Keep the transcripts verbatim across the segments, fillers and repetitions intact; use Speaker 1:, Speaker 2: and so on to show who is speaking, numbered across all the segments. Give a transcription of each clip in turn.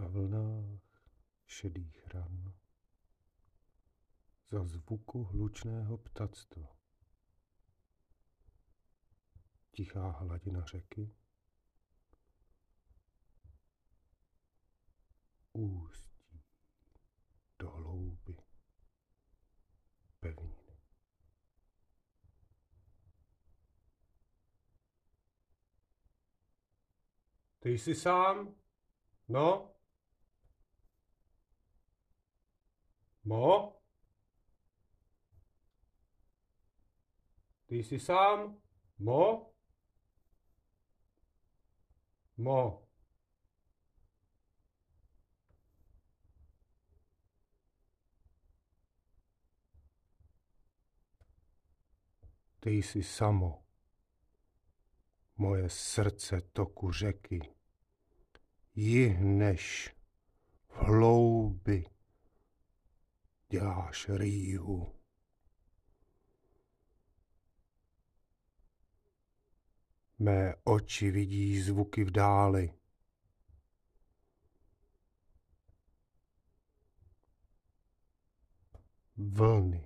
Speaker 1: na vlnách šedých ran, za zvuku hlučného ptactva. Tichá hladina řeky, ústí do hlouby pevniny. Ty jsi sám? No? Mo? Ty jsi sám? Mo? Mo? Ty jsi samo, moje srdce toku řeky, jihneš v hloubi, děláš rýhu. Mé oči vidí zvuky v dáli. Vlny.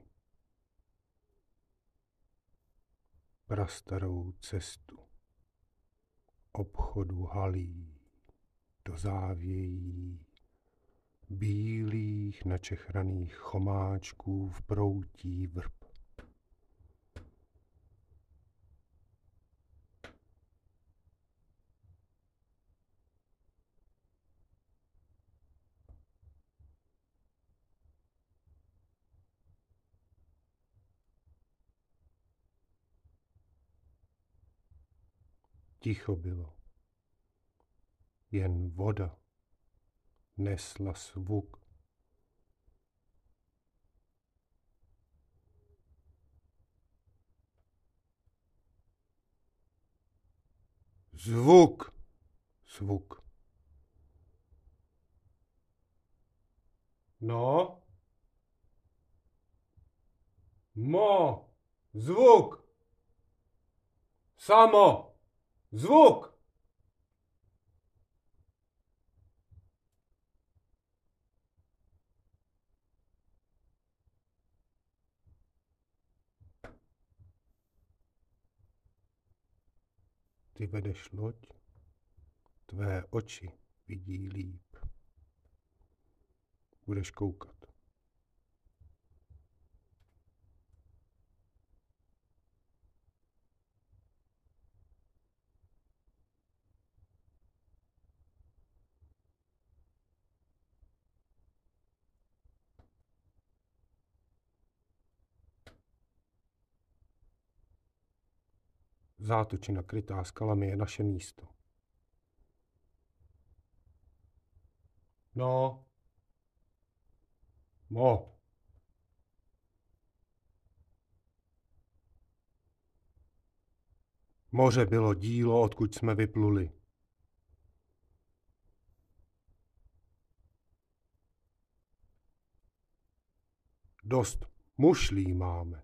Speaker 1: Prastarou cestu. Obchodu halí do závějí bílých načechraných chomáčků v proutí vrb. Ticho bylo. Jen voda nesla zvuk. Zvuk, zvuk. No? Mo, zvuk. Samo, zvuk. Ty vedeš loď, tvé oči vidí líp. Budeš koukat. Zátočina krytá skalami je naše místo. No. Mo. Moře bylo dílo, odkud jsme vypluli. Dost mušlí máme.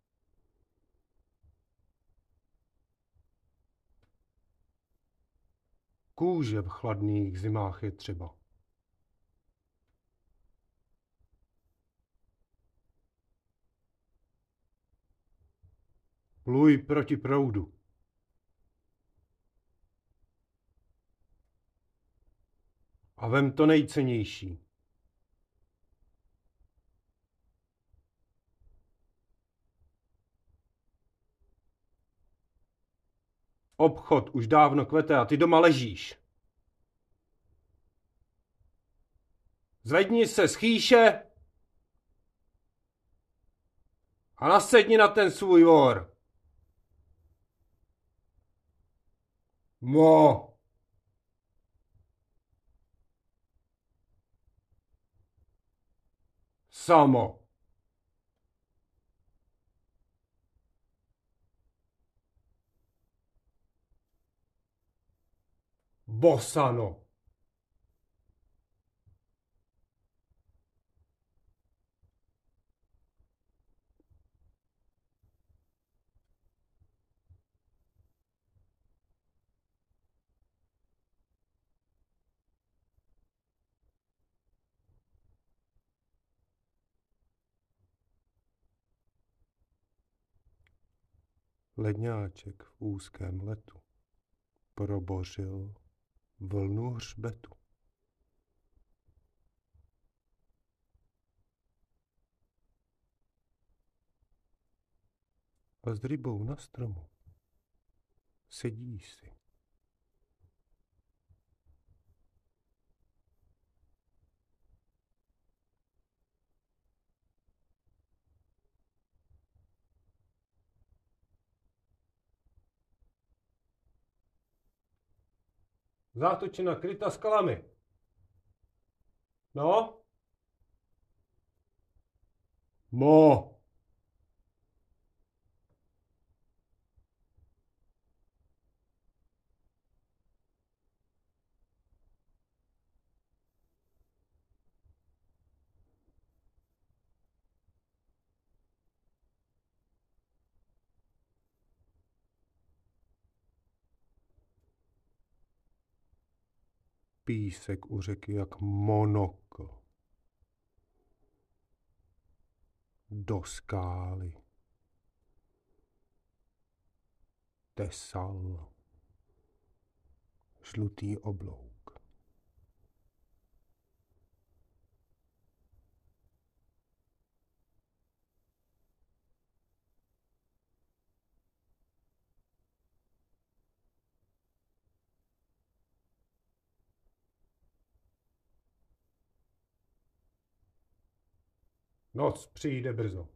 Speaker 1: Kůže v chladných zimách je třeba. Pluj proti proudu. A vem to nejcennější. Obchod už dávno kvete a ty doma ležíš. Zvedni se z chýše a nasedni na ten svůj vor. Mo. Samo. Bosano. Ledňáček v úzkém letu probořil vlnu hřbetu. A s rybou na stromu sedí si. Zátočina kryta skalami. No? Mo. Písek u řeky jak monokl. Do skály tesal žlutý oblouk. Noc přijde brzo.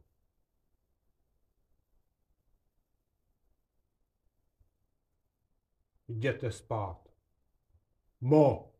Speaker 1: Jděte spát. Mo.